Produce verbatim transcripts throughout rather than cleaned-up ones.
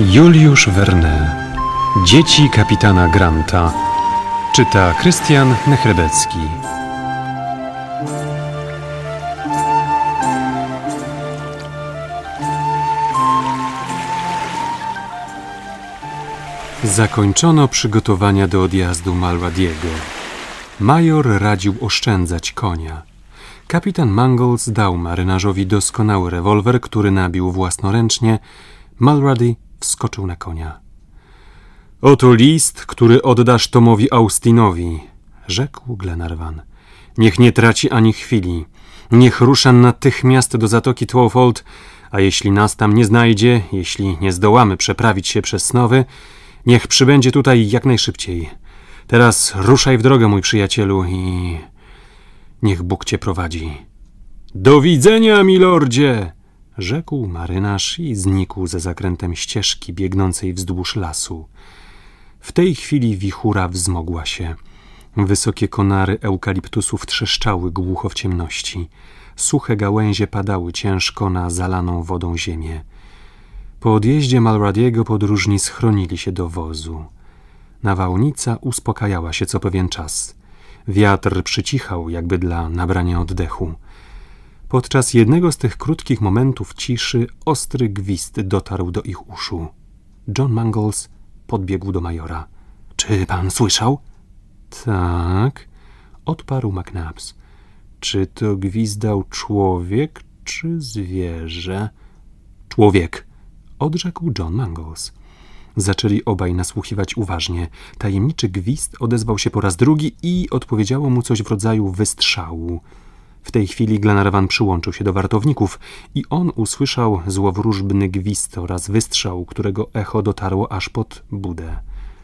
Juliusz Verne. Dzieci kapitana Granta. Czyta Krystian Nechrebecki. Zakończono przygotowania do odjazdu Mulrady'ego. Major radził oszczędzać konia. Kapitan Mangles dał marynarzowi doskonały rewolwer, który nabił własnoręcznie. Mulrady wskoczył na konia. Oto list, który oddasz Tomowi Austinowi, rzekł Glenarvan. Niech nie traci ani chwili. Niech rusza natychmiast do zatoki Twofold, a jeśli nas tam nie znajdzie, jeśli nie zdołamy przeprawić się przez Snowy, niech przybędzie tutaj jak najszybciej. Teraz ruszaj w drogę, mój przyjacielu, i niech Bóg cię prowadzi. Do widzenia, milordzie! Rzekł marynarz i znikł za zakrętem ścieżki biegnącej wzdłuż lasu. W tej chwili wichura wzmogła się. Wysokie konary eukaliptusów trzeszczały głucho w ciemności. Suche gałęzie padały ciężko na zalaną wodą ziemię. Po odjeździe Mulrady'ego podróżni schronili się do wozu. Nawałnica uspokajała się co pewien czas. Wiatr przycichał, jakby dla nabrania oddechu. Podczas jednego z tych krótkich momentów ciszy ostry gwizd dotarł do ich uszu. John Mangles podbiegł do majora. — Czy pan słyszał? — Tak — odparł McNabbs. — Czy to gwizdał człowiek, czy zwierzę? — Człowiek — odrzekł John Mangles. Zaczęli obaj nasłuchiwać uważnie. Tajemniczy gwizd odezwał się po raz drugi i odpowiedziało mu coś w rodzaju wystrzału. W tej chwili Glenarvan przyłączył się do wartowników i on usłyszał złowróżbny gwizd oraz wystrzał, którego echo dotarło aż pod budę.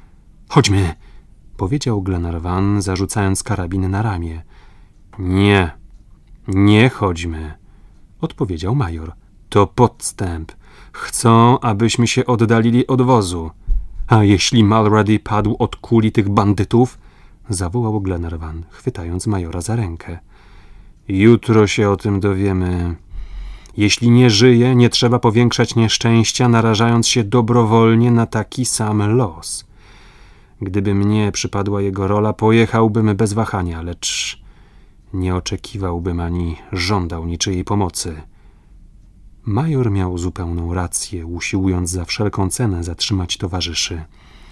— Chodźmy! — powiedział Glenarvan, zarzucając karabin na ramię. — Nie, nie chodźmy — odpowiedział major. — To podstęp. Chcą, abyśmy się oddalili od wozu. — A jeśli Mulrady padł od kuli tych bandytów? — zawołał Glenarvan, chwytając majora za rękę. — Jutro się o tym dowiemy. Jeśli nie żyje, nie trzeba powiększać nieszczęścia, narażając się dobrowolnie na taki sam los. Gdyby mnie przypadła jego rola, pojechałbym bez wahania, lecz nie oczekiwałbym ani żądał niczyjej pomocy. Major miał zupełną rację, usiłując za wszelką cenę zatrzymać towarzyszy.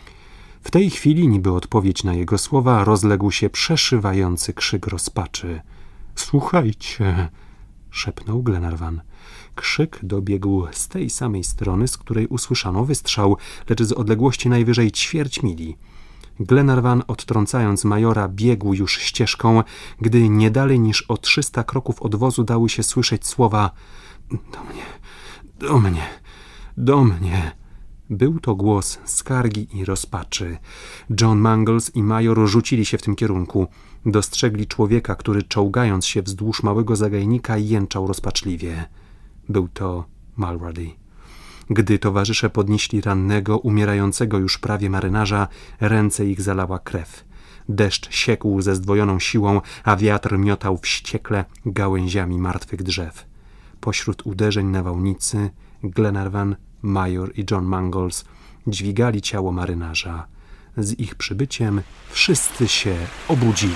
W tej chwili, niby odpowiedź na jego słowa, rozległ się przeszywający krzyk rozpaczy. — Słuchajcie! — szepnął Glenarvan. Krzyk dobiegł z tej samej strony, z której usłyszano wystrzał, lecz z odległości najwyżej ćwierć mili. Glenarvan, odtrącając majora, biegł już ścieżką, gdy nie dalej niż o trzysta kroków od wozu dały się słyszeć słowa — Do mnie, do mnie, do mnie. Był to głos skargi i rozpaczy. John Mangles i major rzucili się w tym kierunku. Dostrzegli człowieka, który czołgając się wzdłuż małego zagajnika jęczał rozpaczliwie. Był to Mulrady. Gdy towarzysze podnieśli rannego, umierającego już prawie marynarza, ręce ich zalała krew. Deszcz siekł ze zdwojoną siłą, a wiatr miotał wściekle gałęziami martwych drzew. Pośród uderzeń nawałnicy Glenarvan, major i John Mangles dźwigali ciało marynarza. Z ich przybyciem wszyscy się obudzili.